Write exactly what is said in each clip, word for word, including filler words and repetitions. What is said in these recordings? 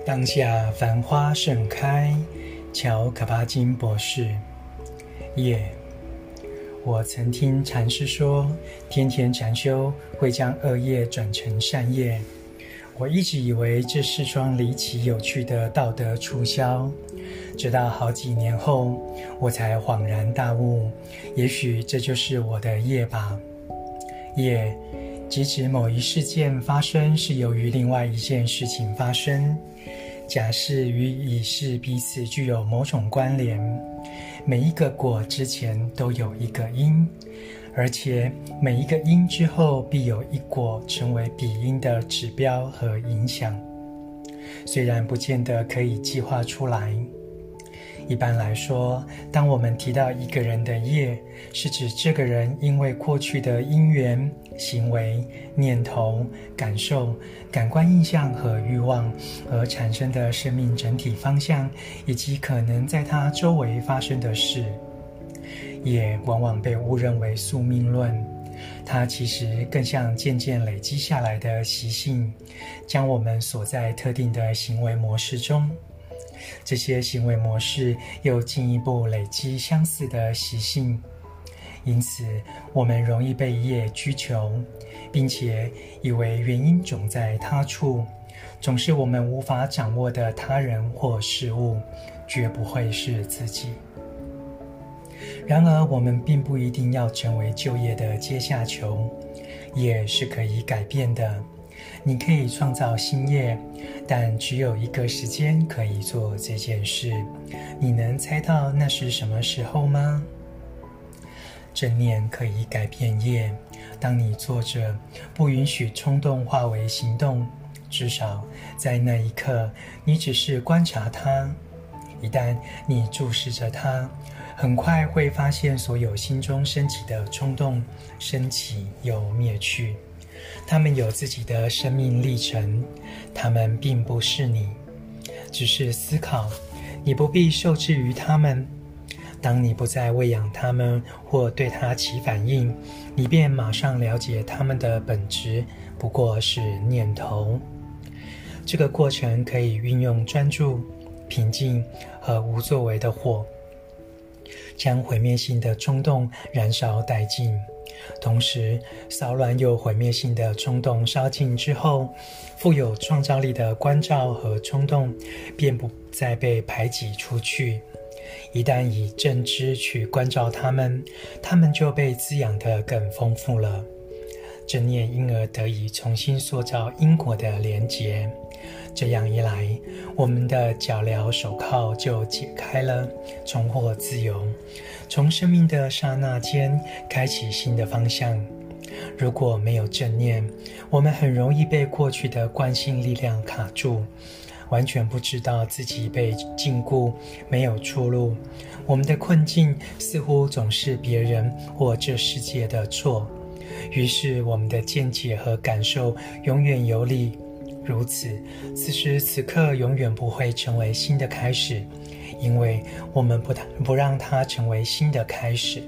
当下繁花盛开，乔可巴金博士。夜，我曾听禅师说，天天禅修会将恶业转成善业。我一直以为这是桩离奇有趣的道德促销，直到好几年后，我才恍然大悟，也许这就是我的业吧。业，即指某一事件发生是由于另外一件事情发生，假释与已释彼此具有某种关联，每一个果之前都有一个因，而且每一个因之后必有一果成为彼因的指标和影响，虽然不见得可以计划出来。一般来说，当我们提到一个人的业，是指这个人因为过去的因缘、行为、念头、感受、感官印象和欲望而产生的生命整体方向，以及可能在他周围发生的事。业往往被误认为宿命论，它其实更像渐渐累积下来的习性，将我们锁在特定的行为模式中。这些行为模式又进一步累积相似的习性，因此我们容易被业拘囚，并且以为原因总在他处，总是我们无法掌握的他人或事物，绝不会是自己。然而我们并不一定要成为旧业的阶下囚，业是可以改变的。你可以创造新业，但只有一个时间可以做这件事。你能猜到那是什么时候吗？正念可以改变业。当你坐着，不允许冲动化为行动，至少在那一刻，你只是观察它。一旦你注视着它，很快会发现所有心中升起的冲动，升起又灭去。他们有自己的生命历程，他们并不是你，只是思考，你不必受制于他们。当你不再喂养他们或对他起反应，你便马上了解他们的本质不过是念头。这个过程可以运用专注、平静和无作为的火，将毁灭性的冲动燃烧殆尽。同时，骚乱又毁灭性的冲动烧尽之后，富有创造力的关照和冲动便不再被排挤出去。一旦以正知去关照他们，他们就被滋养得更丰富了。正念因而得以重新塑造因果的连结。这样一来，我们的脚镣手铐就解开了，重获自由，从生命的刹那间开启新的方向。如果没有正念，我们很容易被过去的惯性力量卡住，完全不知道自己被禁锢，没有出路。我们的困境似乎总是别人或这世界的错，于是我们的见解和感受永远游离。如此，此时此刻永远不会成为新的开始，因为我们不不让它成为新的开始。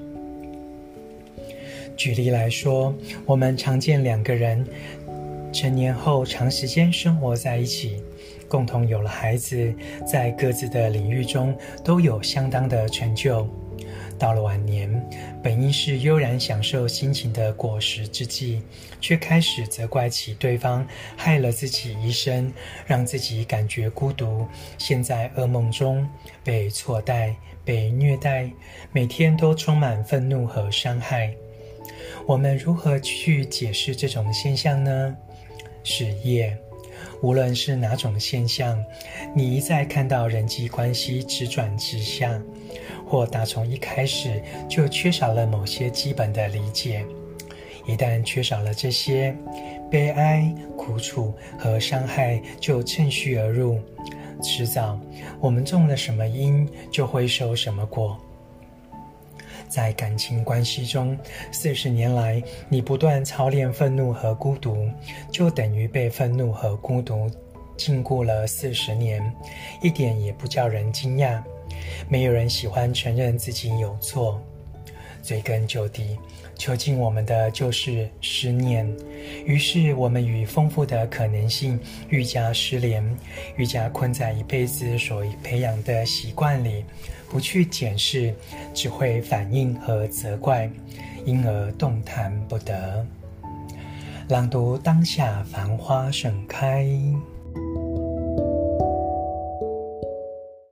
举例来说，我们常见两个人成年后长时间生活在一起，共同有了孩子，在各自的领域中都有相当的成就。到了晚年，本应是悠然享受心情的果实之际，却开始责怪起对方害了自己一生，让自己感觉孤独，陷在噩梦中，被错待，被虐待，每天都充满愤怒和伤害。我们如何去解释这种现象呢？是业。无论是哪种现象，你一再看到人际关系直转直下，或打从一开始就缺少了某些基本的理解。一旦缺少了这些，悲哀、苦楚和伤害就趁虚而入。迟早，我们种了什么因，就会收什么果。在感情关系中，四十年来你不断操练愤怒和孤独，就等于被愤怒和孤独禁锢了四十年，一点也不叫人惊讶。没有人喜欢承认自己有错。追根究底， 囚禁我们的就是思念。于是我们与丰富的可能性愈加失联，愈加困在一辈子所培养的习惯里，不去检视，只会反应和责怪，因而动弹不得。朗读当下繁花盛开。